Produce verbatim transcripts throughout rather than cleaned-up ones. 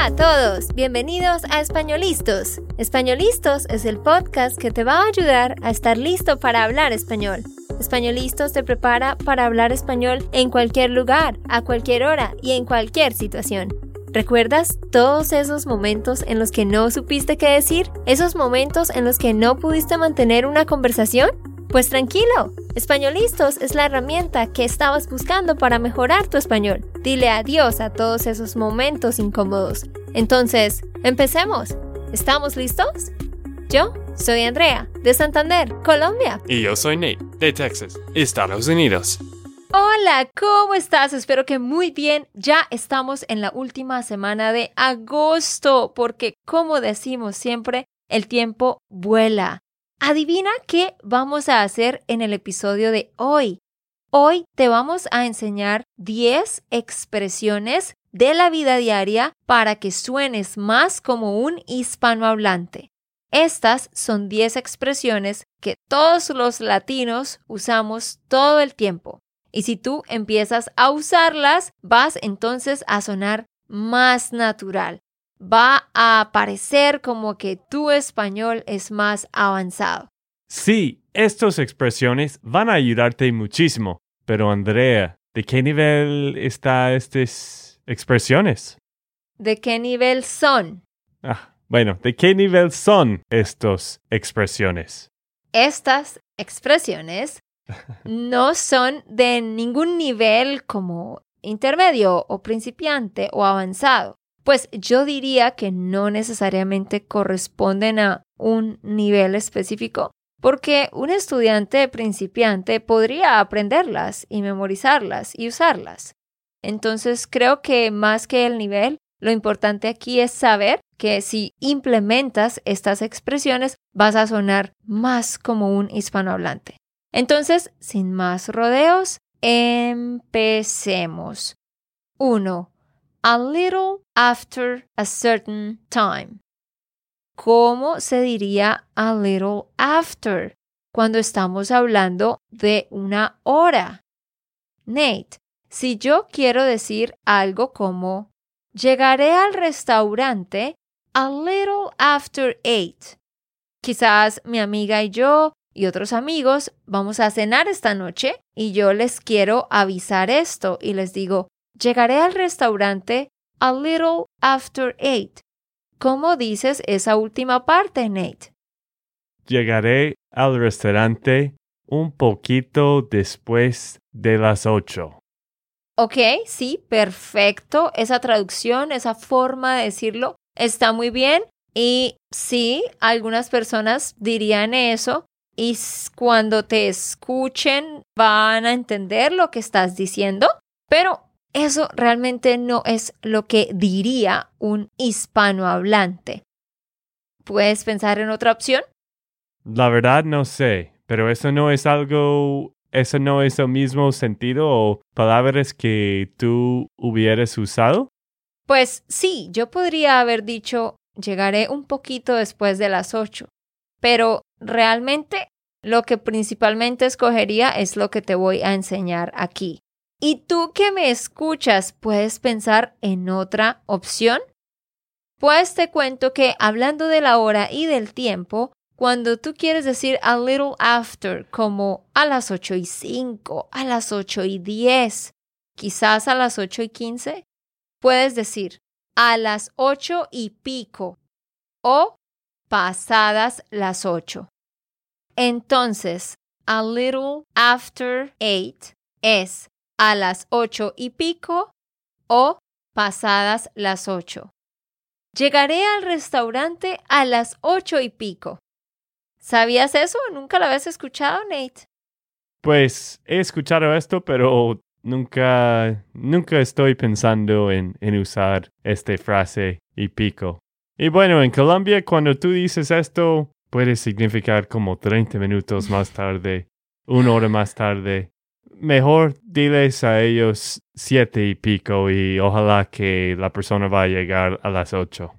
a todos, bienvenidos a Españolistos. Españolistos es el podcast que te va a ayudar a estar listo para hablar español. Españolistos te prepara para hablar español en cualquier lugar, a cualquier hora y en cualquier situación. ¿Recuerdas todos esos momentos en los que no supiste qué decir? ¿Esos momentos en los que no pudiste mantener una conversación? Pues tranquilo, Españolistos es la herramienta que estabas buscando para mejorar tu español. Dile adiós a todos esos momentos incómodos. Entonces, empecemos. ¿Estamos listos? Yo soy Andrea, de Santander, Colombia. Y yo soy Nate, de Texas, Estados Unidos. Hola, ¿cómo estás? Espero que muy bien. Ya estamos en la última semana de agosto, porque como decimos siempre, el tiempo vuela. Adivina qué vamos a hacer en el episodio de hoy. Hoy te vamos a enseñar diez expresiones de la vida diaria para que suenes más como un hispanohablante. Estas son diez expresiones que todos los latinos usamos todo el tiempo. Y si tú empiezas a usarlas, vas entonces a sonar más natural. Va a parecer como que tu español es más avanzado. Sí, estas expresiones van a ayudarte muchísimo. Pero Andrea, ¿de qué nivel están estas expresiones? ¿De qué nivel son? Ah, bueno, ¿de qué nivel son estas expresiones? Estas expresiones no son de ningún nivel como intermedio o principiante o avanzado. Pues yo diría que no necesariamente corresponden a un nivel específico, porque un estudiante principiante podría aprenderlas y memorizarlas y usarlas. Entonces creo que más que el nivel, lo importante aquí es saber que si implementas estas expresiones vas a sonar más como un hispanohablante. Entonces, sin más rodeos, empecemos. uno. A little after a certain time. ¿Cómo se diría a little after cuando estamos hablando de una hora? Nate, si yo quiero decir algo como llegaré al restaurante a little after eight. Quizás mi amiga y yo y otros amigos vamos a cenar esta noche y yo les quiero avisar esto y les digo, llegaré al restaurante a little after eight. ¿Cómo dices esa última parte, Nate? Llegaré al restaurante un poquito después de las ocho. Ok, sí, perfecto. Esa traducción, esa forma de decirlo está muy bien. Y sí, algunas personas dirían eso. Y cuando te escuchen van a entender lo que estás diciendo. Pero eso realmente no es lo que diría un hispanohablante. ¿Puedes pensar en otra opción? La verdad no sé, pero eso no es algo, eso no es el mismo sentido o palabras que tú hubieras usado. Pues sí, yo podría haber dicho llegaré un poquito después de las ocho, pero realmente lo que principalmente escogería es lo que te voy a enseñar aquí. ¿Y tú que me escuchas, puedes pensar en otra opción? Pues te cuento que hablando de la hora y del tiempo, cuando tú quieres decir a little after, como a las ocho y cinco, a las ocho y diez, quizás a las ocho y quince, puedes decir a las ocho y pico o pasadas las ocho. Entonces, a little after eight es a las ocho y pico o pasadas las ocho. Llegaré al restaurante a las ocho y pico. ¿Sabías eso? ¿Nunca lo habías escuchado, Nate? Pues he escuchado esto, pero nunca, nunca estoy pensando en, en usar esta frase y pico. Y bueno, en Colombia, cuando tú dices esto, puede significar como treinta minutos más tarde, una hora más tarde. Mejor diles a ellos siete y pico y ojalá que la persona va a llegar a las ocho.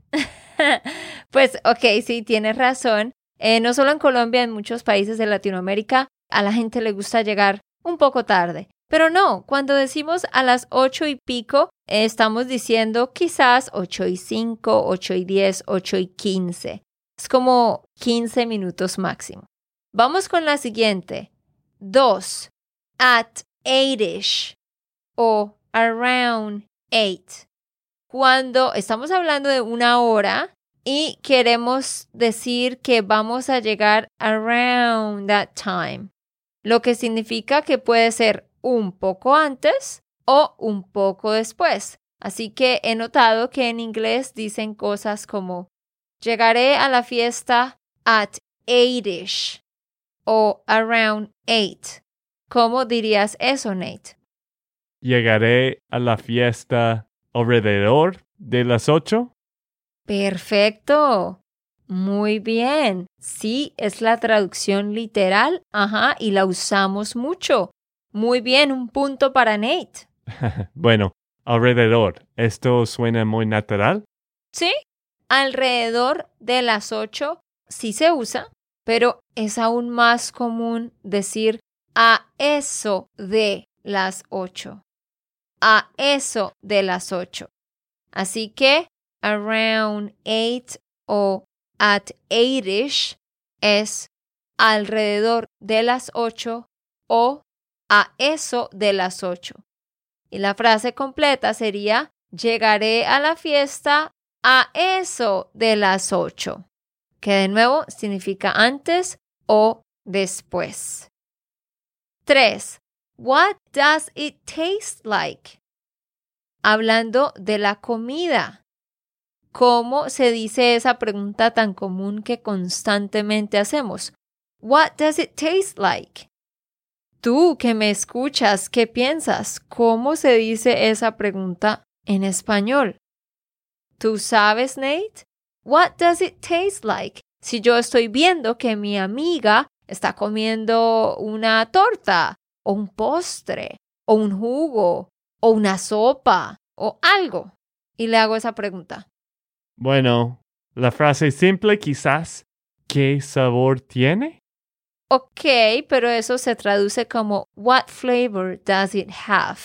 Pues ok, sí, tienes razón. Eh, no solo en Colombia, en muchos países de Latinoamérica, a la gente le gusta llegar un poco tarde. Pero no, cuando decimos a las ocho y pico, estamos diciendo quizás ocho y cinco, ocho y diez, ocho y quince. Es como quince minutos máximo. Vamos con la siguiente. Dos. At eight-ish o around eight. Cuando estamos hablando de una hora y queremos decir que vamos a llegar around that time, lo que significa que puede ser un poco antes o un poco después. Así que he notado que en inglés dicen cosas como llegaré a la fiesta at eight-ish o around eight. ¿Cómo dirías eso, Nate? Llegaré a la fiesta alrededor de las ocho. Perfecto. Muy bien. Sí, es la traducción literal. Ajá, y la usamos mucho. Muy bien, un punto para Nate. Bueno, alrededor. ¿Esto suena muy natural? Sí, alrededor de las ocho sí se usa, pero es aún más común decir a eso de las ocho. A eso de las ocho. Así que around eight o at eight-ish es alrededor de las ocho o a eso de las ocho. Y la frase completa sería llegaré a la fiesta a eso de las ocho, que de nuevo significa antes o después. Tres. What does it taste like? Hablando de la comida. ¿Cómo se dice esa pregunta tan común que constantemente hacemos? What does it taste like? Tú que me escuchas, ¿qué piensas? ¿Cómo se dice esa pregunta en español? ¿Tú sabes, Nate? What does it taste like? Si yo estoy viendo que mi amiga está comiendo una torta, o un postre, o un jugo, o una sopa, o algo, y le hago esa pregunta. Bueno, la frase simple quizás, ¿qué sabor tiene? Ok, pero eso se traduce como what flavor does it have?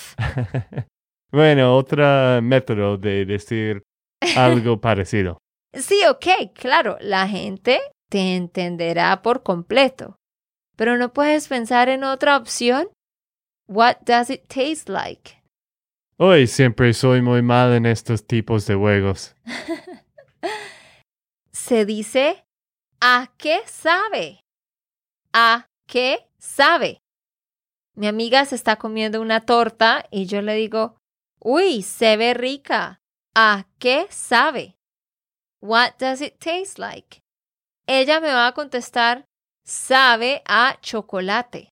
Bueno, otro método de decir algo parecido. Sí, ok, claro, la gente te entenderá por completo. Pero ¿no puedes pensar en otra opción? What does it taste like? Hoy siempre soy muy mal en estos tipos de juegos. Se dice, ¿a qué sabe? ¿A qué sabe? Mi amiga se está comiendo una torta y yo le digo, uy, se ve rica. ¿A qué sabe? What does it taste like? Ella me va a contestar, sabe a chocolate.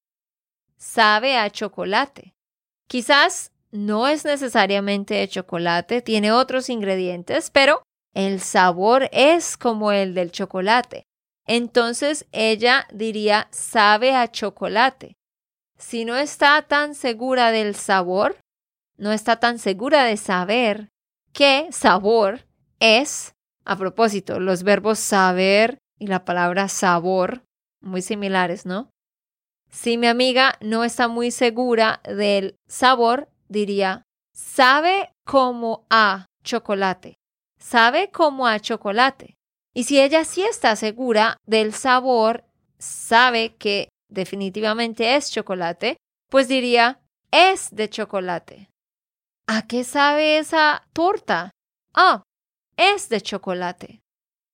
Sabe a chocolate. Quizás no es necesariamente de chocolate, tiene otros ingredientes, pero el sabor es como el del chocolate. Entonces ella diría, sabe a chocolate. Si no está tan segura del sabor, no está tan segura de saber qué sabor es. A propósito, los verbos saber y la palabra sabor, muy similares, ¿no? Si mi amiga no está muy segura del sabor, diría, sabe como a chocolate. Sabe como a chocolate. Y si ella sí está segura del sabor, sabe que definitivamente es chocolate, pues diría, es de chocolate. ¿A qué sabe esa torta? Ah, es de chocolate.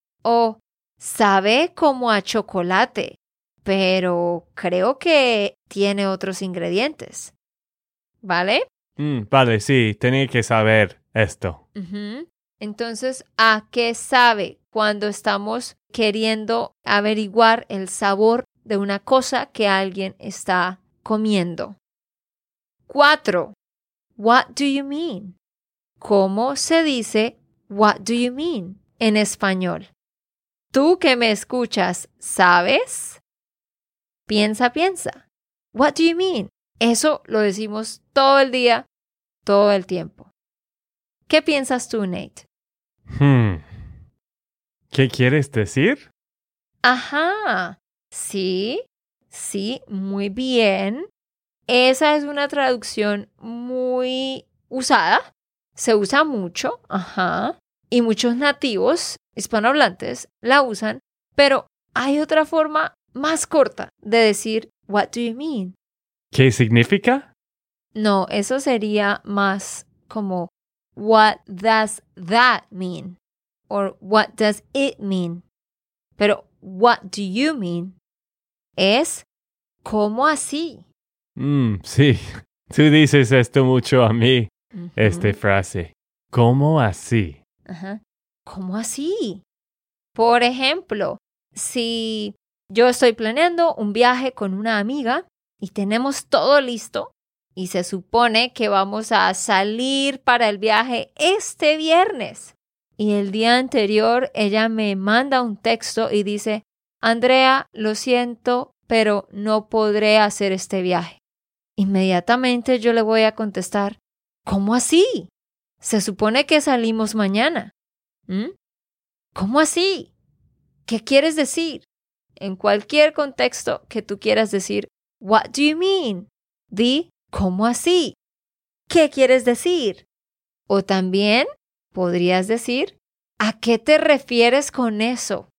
O sabe como a chocolate, pero creo que tiene otros ingredientes. ¿Vale? Mm, vale, sí, tenía que saber esto. Uh-huh. Entonces, ¿a qué sabe cuando estamos queriendo averiguar el sabor de una cosa que alguien está comiendo? Cuatro. What do you mean? ¿Cómo se dice what do you mean en español? Tú que me escuchas, ¿sabes? Piensa, piensa. What do you mean? Eso lo decimos todo el día, todo el tiempo. ¿Qué piensas tú, Nate? Hmm. ¿Qué quieres decir? Ajá. Sí, sí, muy bien. esa es una traducción muy usada, se usa mucho, ajá, y muchos nativos hispanohablantes la usan, pero hay otra forma más corta de decir what do you mean. ¿Qué significa? No, eso sería más como what does that mean? Or what does it mean? Pero what do you mean? Es ¿cómo así? Mm, sí, tú dices esto mucho a mí, Uh-huh. esta frase. ¿Cómo así? Ajá. ¿Cómo así? Por ejemplo, si yo estoy planeando un viaje con una amiga y tenemos todo listo y se supone que vamos a salir para el viaje este viernes y el día anterior ella me manda un texto y dice, Andrea, lo siento, pero no podré hacer este viaje. Inmediatamente yo le voy a contestar, ¿cómo así? Se supone que salimos mañana. ¿Mm? ¿Cómo así? ¿Qué quieres decir? En cualquier contexto que tú quieras decir, what do you mean? Di, ¿cómo así? ¿Qué quieres decir? O también podrías decir, ¿a qué te refieres con eso?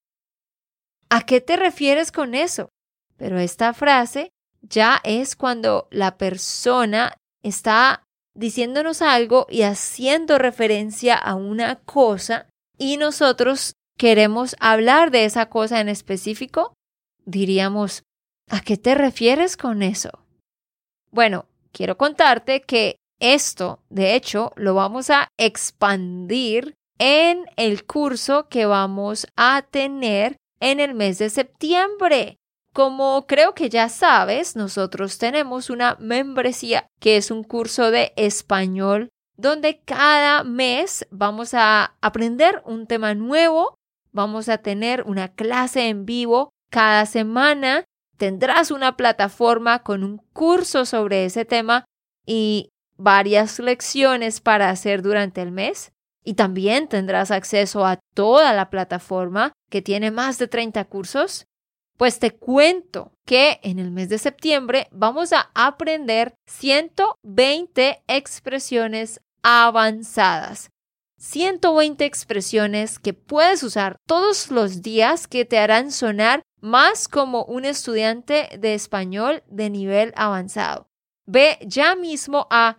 ¿A qué te refieres con eso? Pero esta frase ya es cuando la persona está diciéndonos algo y haciendo referencia a una cosa y nosotros queremos hablar de esa cosa en específico, diríamos, ¿a qué te refieres con eso? Bueno, quiero contarte que esto, de hecho, lo vamos a expandir en el curso que vamos a tener en el mes de septiembre. Como creo que ya sabes, nosotros tenemos una membresía que es un curso de español donde cada mes vamos a aprender un tema nuevo, vamos a tener una clase en vivo cada semana, tendrás una plataforma con un curso sobre ese tema y varias lecciones para hacer durante el mes. Y también tendrás acceso a toda la plataforma que tiene más de treinta cursos. Pues te cuento que en el mes de septiembre vamos a aprender ciento veinte expresiones avanzadas. ciento veinte expresiones que puedes usar todos los días que te harán sonar más como un estudiante de español de nivel avanzado. Ve ya mismo a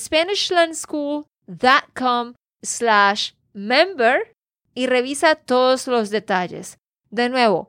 SpanishLandSchool.com slash member y revisa todos los detalles. De nuevo,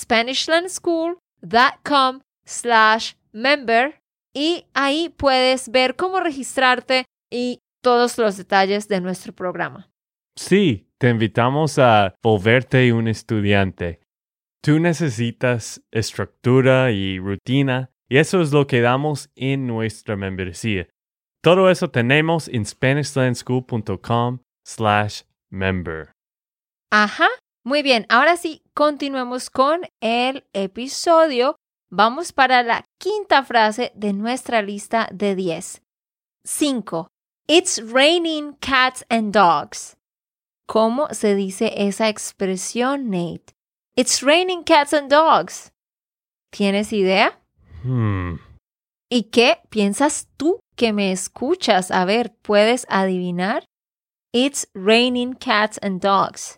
SpanishLandSchool.com slash member y ahí puedes ver cómo registrarte y todos los detalles de nuestro programa. Sí, te invitamos a volverte un estudiante. Tú necesitas estructura y rutina y eso es lo que damos en nuestra membresía. Todo eso tenemos en SpanishLandSchool.com slash member. Ajá. Muy bien, ahora sí, continuemos con el episodio. Vamos para la quinta frase de nuestra lista de diez. cinco. It's raining cats and dogs. ¿Cómo se dice esa expresión, Nate? It's raining cats and dogs. ¿Tienes idea? Hmm. ¿Y qué piensas tú que me escuchas? A ver, ¿puedes adivinar? It's raining cats and dogs.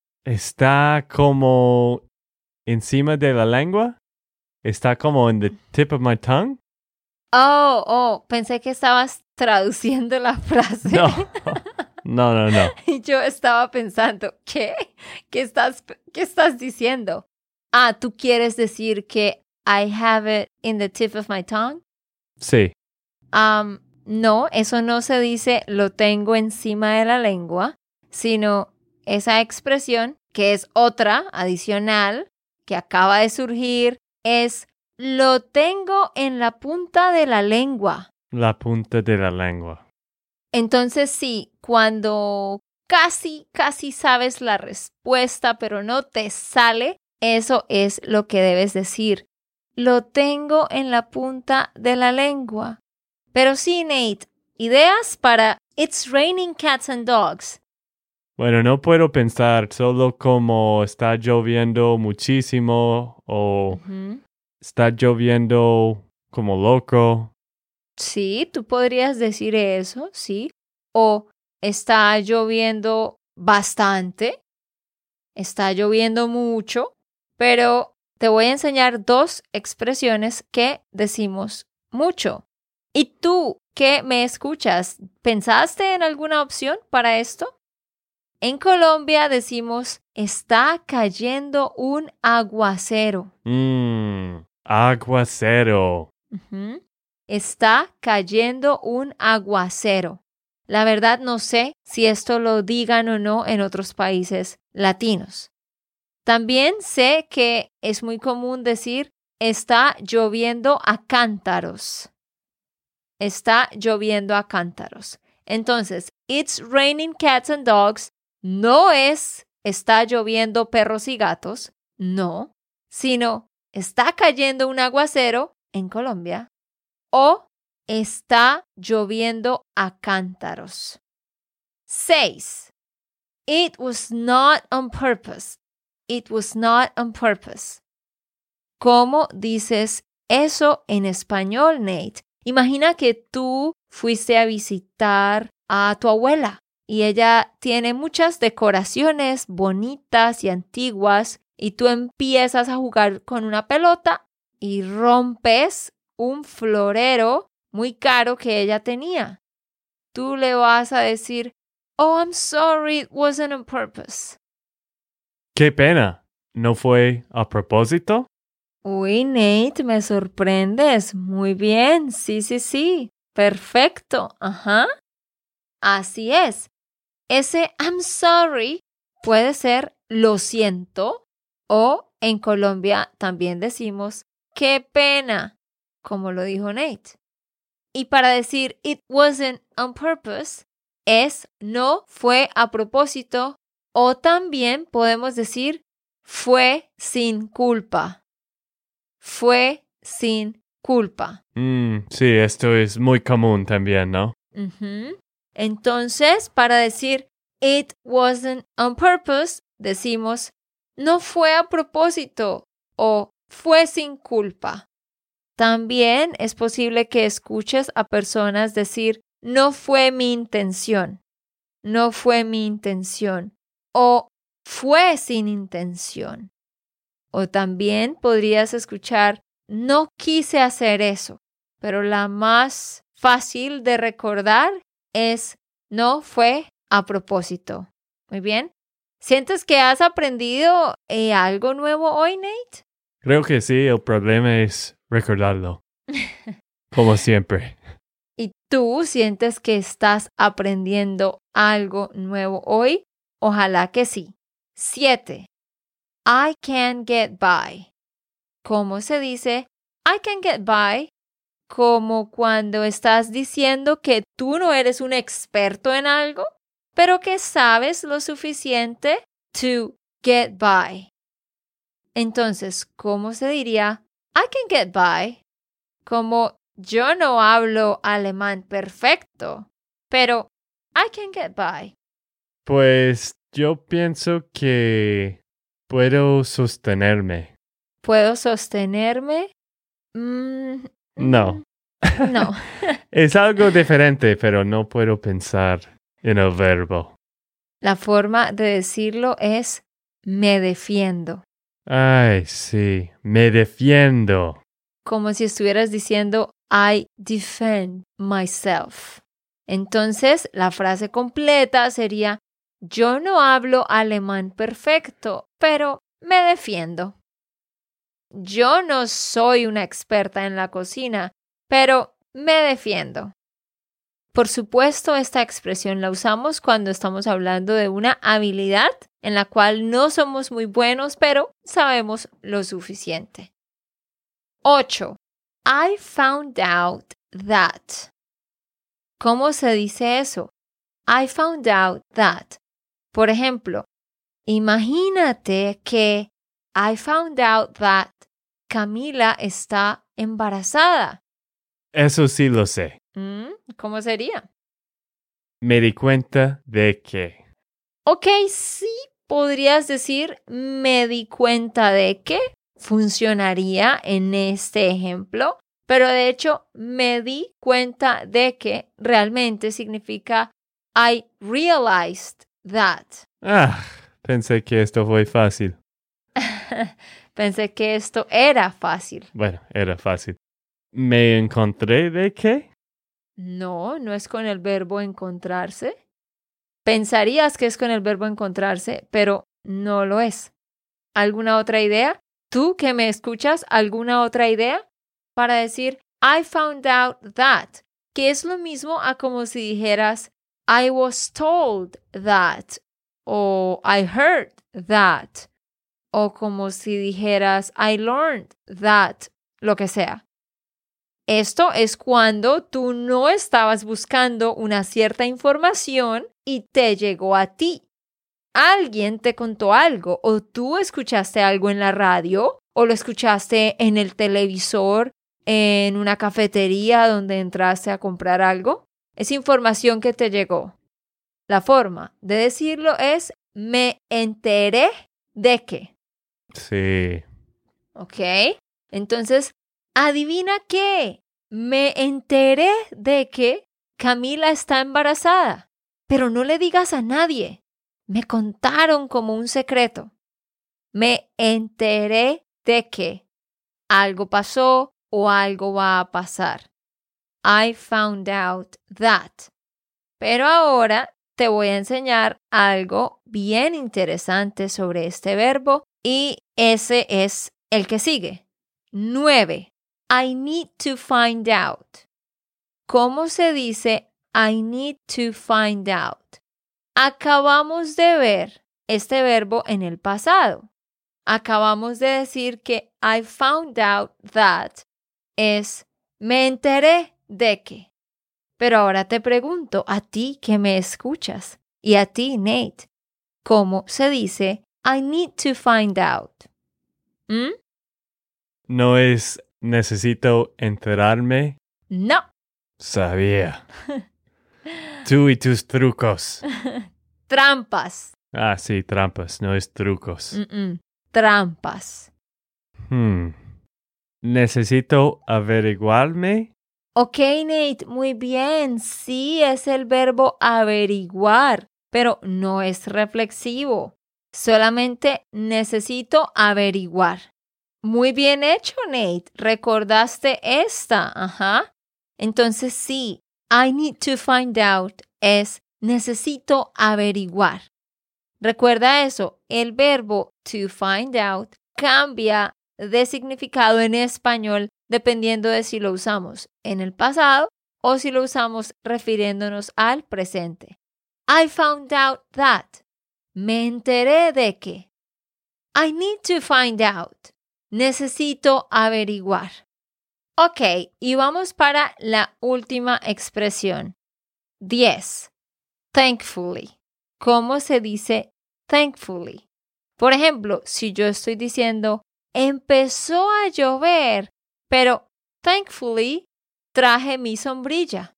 Está como encima de la lengua. Está como en the tip of my tongue. Oh, oh, pensé que estabas traduciendo la frase. No, no, no, no. Y yo estaba pensando, ¿qué? ¿Qué estás, qué estás diciendo? Ah, ¿tú quieres decir que I have it in the tip of my tongue? Sí. Um, no, eso no se dice lo tengo encima de la lengua, sino esa expresión, que es otra adicional, que acaba de surgir, es lo tengo en la punta de la lengua. La punta de la lengua. Entonces sí, cuando casi, casi sabes la respuesta, pero no te sale, eso es lo que debes decir. Lo tengo en la punta de la lengua. Pero sí, Nate, ideas para It's raining cats and dogs. Bueno, no puedo pensar solo como está lloviendo muchísimo o Uh-huh. está lloviendo como loco. Sí, tú podrías decir eso, sí. O está lloviendo bastante, está lloviendo mucho, pero te voy a enseñar dos expresiones que decimos mucho. ¿Y tú qué me escuchas? ¿Pensaste en alguna opción para esto? En Colombia decimos, está cayendo un aguacero. Mmm, aguacero. Uh-huh. Está cayendo un aguacero. La verdad no sé si esto lo digan o no en otros países latinos. También sé que es muy común decir, está lloviendo a cántaros. Está lloviendo a cántaros. Entonces, it's raining cats and dogs no es está lloviendo perros y gatos, no, sino está cayendo un aguacero en Colombia o está lloviendo a cántaros. Seis. It was not on purpose. It was not on purpose. ¿Cómo dices eso en español, Nate? Imagina que tú fuiste a visitar a tu abuela y ella tiene muchas decoraciones bonitas y antiguas y tú empiezas a jugar con una pelota y rompes un florero muy caro que ella tenía. Tú le vas a decir, oh, I'm sorry, it wasn't on purpose. ¡Qué pena! ¿No fue a propósito? Uy, Nate, me sorprendes. Muy bien, sí, sí, sí. Perfecto, ajá. Así es. Ese I'm sorry puede ser lo siento o en Colombia también decimos qué pena, como lo dijo Nate. Y para decir it wasn't on purpose es no fue a propósito o también podemos decir fue sin culpa. Fue sin culpa. Mm, sí, esto es muy común también, ¿no? Uh-huh. Entonces, para decir it wasn't on purpose, decimos no fue a propósito o fue sin culpa. También es posible que escuches a personas decir no fue mi intención, no fue mi intención o fue sin intención. O también podrías escuchar no quise hacer eso, pero la más fácil de recordar es no fue a propósito. Muy bien. ¿Sientes que has aprendido eh, algo nuevo hoy, Nate? Creo que sí, el problema es recordarlo. Como siempre. ¿Y tú sientes que estás aprendiendo algo nuevo hoy? Ojalá que sí. Siete. I can get by. ¿Cómo se dice I can get by? Como cuando estás diciendo que tú no eres un experto en algo, pero que sabes lo suficiente to get by. Entonces, ¿cómo se diría I can get by? Como yo no hablo alemán perfecto, pero I can get by. Pues yo pienso que puedo sostenerme. ¿Puedo sostenerme? Mm, No. No. Es algo diferente, pero no puedo pensar en el verbo. La forma de decirlo es me defiendo. Ay, sí, me defiendo. Como si estuvieras diciendo I defend myself. Entonces, la frase completa sería yo no hablo alemán perfecto, pero me defiendo. Yo no soy una experta en la cocina, pero me defiendo. Por supuesto, esta expresión la usamos cuando estamos hablando de una habilidad en la cual no somos muy buenos, pero sabemos lo suficiente. ocho. I found out that. ¿Cómo se dice eso? I found out that. Por ejemplo, imagínate que I found out that Camila está embarazada. Eso sí lo sé. ¿Cómo sería? Me di cuenta de que. Ok, sí podrías decir me di cuenta de que funcionaría en este ejemplo, Pero de hecho me di cuenta de que realmente significa I realized that. Ah, pensé que esto fue fácil. Pensé que esto era fácil. Bueno, era fácil. ¿Me encontré de qué? No, no es con el verbo encontrarse. Pensarías que es con el verbo encontrarse, pero no lo es. ¿Alguna otra idea? ¿Tú que me escuchas, alguna otra idea? Para decir, I found out that, que es lo mismo a como si dijeras, I was told that, o I heard that, o como si dijeras, I learned that, lo que sea. Esto es cuando tú no estabas buscando una cierta información y te llegó a ti. Alguien te contó algo, o tú escuchaste algo en la radio, o lo escuchaste en el televisor, en una cafetería donde entraste a comprar algo. Es información que te llegó. La forma de decirlo es me enteré de que. Sí. ¿Ok? Entonces, adivina qué. Me enteré de que Camila está embarazada, pero no le digas a nadie. Me contaron como un secreto. Me enteré de que algo pasó o algo va a pasar. I found out that. Pero ahora te voy a enseñar algo bien interesante sobre este verbo y ese es el que sigue. Nueve. I need to find out. ¿Cómo se dice I need to find out? Acabamos de ver este verbo en el pasado. Acabamos de decir que I found out that es me enteré de que. Pero ahora te pregunto a ti que me escuchas y a ti, Nate, ¿cómo se dice I need to find out? ¿Mm? ¿No es necesito enterarme? No. Sabía. Tú y tus trucos. Trampas. Ah, sí, trampas, no es trucos. Mm-mm. Trampas. Hmm. ¿Necesito averiguarme? Ok, Nate, muy bien. Sí, es el verbo averiguar, pero no es reflexivo. Solamente necesito averiguar. Muy bien hecho, Nate. ¿Recordaste esta? Ajá. Entonces sí, I need to find out es necesito averiguar. Recuerda eso, el verbo to find out cambia de significado en español dependiendo de si lo usamos en el pasado o si lo usamos refiriéndonos al presente. I found out that. Me enteré de que. I need to find out. Necesito averiguar. Ok, y vamos para la última expresión. diez. Thankfully. ¿Cómo se dice thankfully? Por ejemplo, si yo estoy diciendo, empezó a llover, pero thankfully traje mi sombrilla.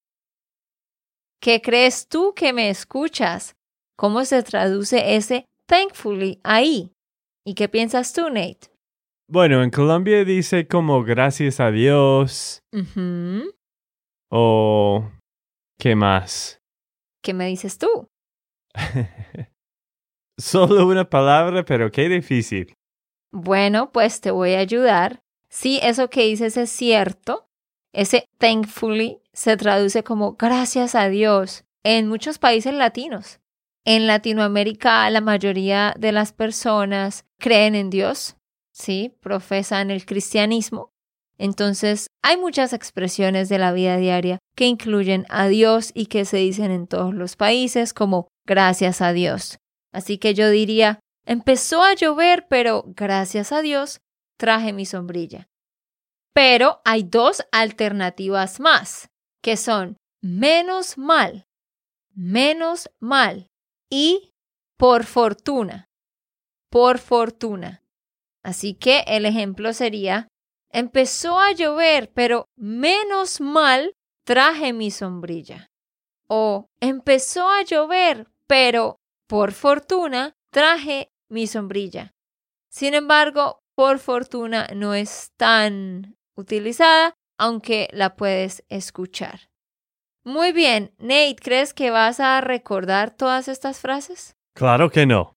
¿Qué crees tú que me escuchas? ¿Cómo se traduce ese thankfully ahí? ¿Y qué piensas tú, Nate? Bueno, en Colombia dice como gracias a Dios. Uh-huh. O ¿qué más? ¿Qué me dices tú? Solo una palabra, pero qué difícil. Bueno, pues te voy a ayudar. Sí, eso que dices es cierto. Ese thankfully se traduce como gracias a Dios en muchos países latinos. En Latinoamérica, la mayoría de las personas creen en Dios, sí, profesan el cristianismo. Entonces, hay muchas expresiones de la vida diaria que incluyen a Dios y que se dicen en todos los países como gracias a Dios. Así que yo diría, empezó a llover, pero gracias a Dios traje mi sombrilla. Pero hay dos alternativas más, que son menos mal, menos mal y por fortuna, por fortuna. Así que el ejemplo sería, empezó a llover, pero menos mal traje mi sombrilla. O empezó a llover, pero por fortuna traje mi sombrilla. Sin embargo, por fortuna no es tan utilizada, aunque la puedes escuchar. Muy bien, Nate, ¿crees que vas a recordar todas estas frases? Claro que no.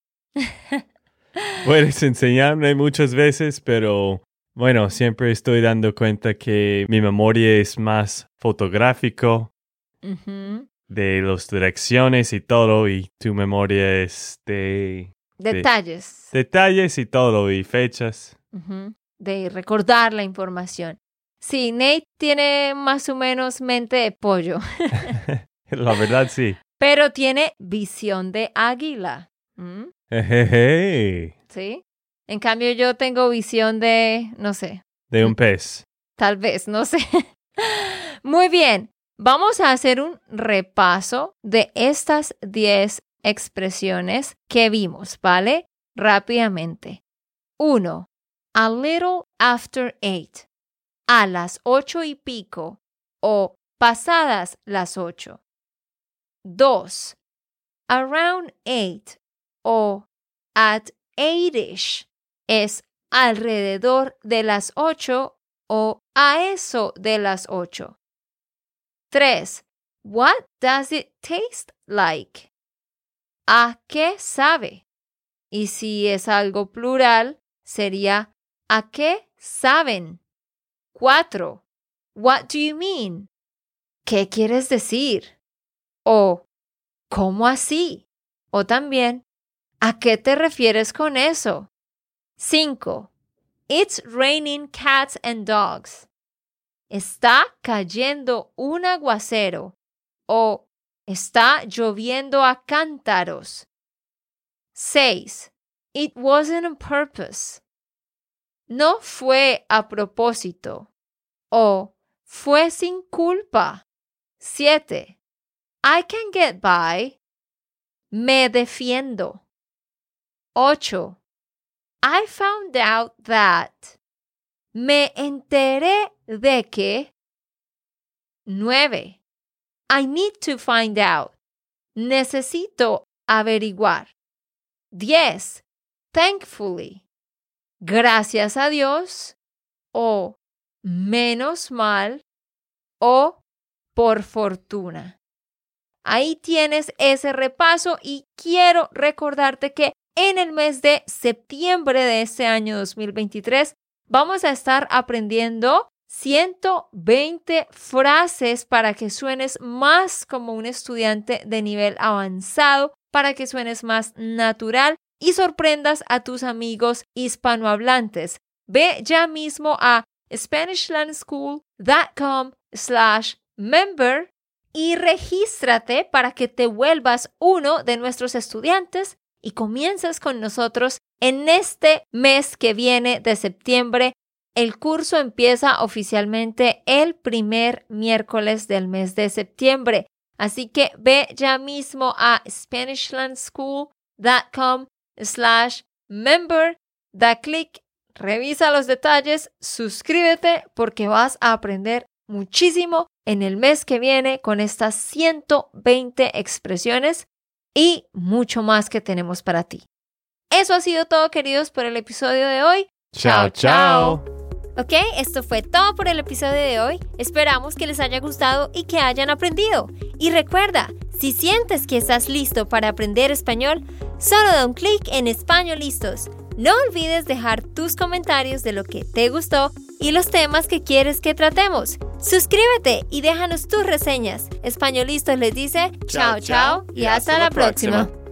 Puedes enseñarme muchas veces, pero bueno, siempre estoy dando cuenta que mi memoria es más fotográfico, Uh-huh. de las direcciones y todo, y tu memoria es de... Detalles. de detalles y todo, y fechas. Uh-huh. De recordar la información. Sí, Nate tiene más o menos mente de pollo. La verdad, sí. Pero tiene visión de águila. ¿Mm? Jejeje. ¿Sí? En cambio, yo tengo visión de, no sé. De un pez. Tal vez, no sé. Muy bien. Vamos a hacer un repaso de estas diez expresiones que vimos, ¿vale? Rápidamente. Uno. A little after eight. A las ocho y pico o pasadas las ocho. Dos. Around eight o at eight-ish es alrededor de las ocho o a eso de las ocho. Tres. What does it taste like? ¿A qué sabe? Y si es algo plural, sería ¿a qué saben? Cuatro. What do you mean? ¿Qué quieres decir? O ¿cómo así? O también ¿a qué te refieres con eso? Cinco. It's raining cats and dogs. Está cayendo un aguacero o está lloviendo a cántaros. Seis. It wasn't on purpose. No fue a propósito o fue sin culpa. Siete. I can get by. Me defiendo. Ocho. I found out that. Me enteré de que. Nueve. I need to find out. Necesito averiguar. Diez. Thankfully. Gracias a Dios. O menos mal. O por fortuna. Ahí tienes ese repaso y quiero recordarte que en el mes de septiembre de este año dos mil veintitrés vamos a estar aprendiendo ciento veinte frases para que suenes más como un estudiante de nivel avanzado, para que suenes más natural y sorprendas a tus amigos hispanohablantes. Ve ya mismo a SpanishLandSchool.com slash member y regístrate para que te vuelvas uno de nuestros estudiantes y comiences con nosotros en este mes que viene de septiembre. El curso empieza oficialmente el primer miércoles del mes de septiembre. Así que ve ya mismo a SpanishLandSchool.com slash member, da clic, revisa los detalles, suscríbete porque vas a aprender muchísimo en el mes que viene con estas ciento veinte expresiones y mucho más que tenemos para ti. Eso ha sido todo, queridos, por el episodio de hoy. Chao, chao. Ok, esto fue todo por el episodio de hoy. Esperamos que les haya gustado y que hayan aprendido. Y recuerda, si sientes que estás listo para aprender español, solo da un clic en Español Listos. No olvides dejar tus comentarios de lo que te gustó y los temas que quieres que tratemos. Suscríbete y déjanos tus reseñas. Español Listos les dice chao, chao y hasta, hasta la próxima. próxima.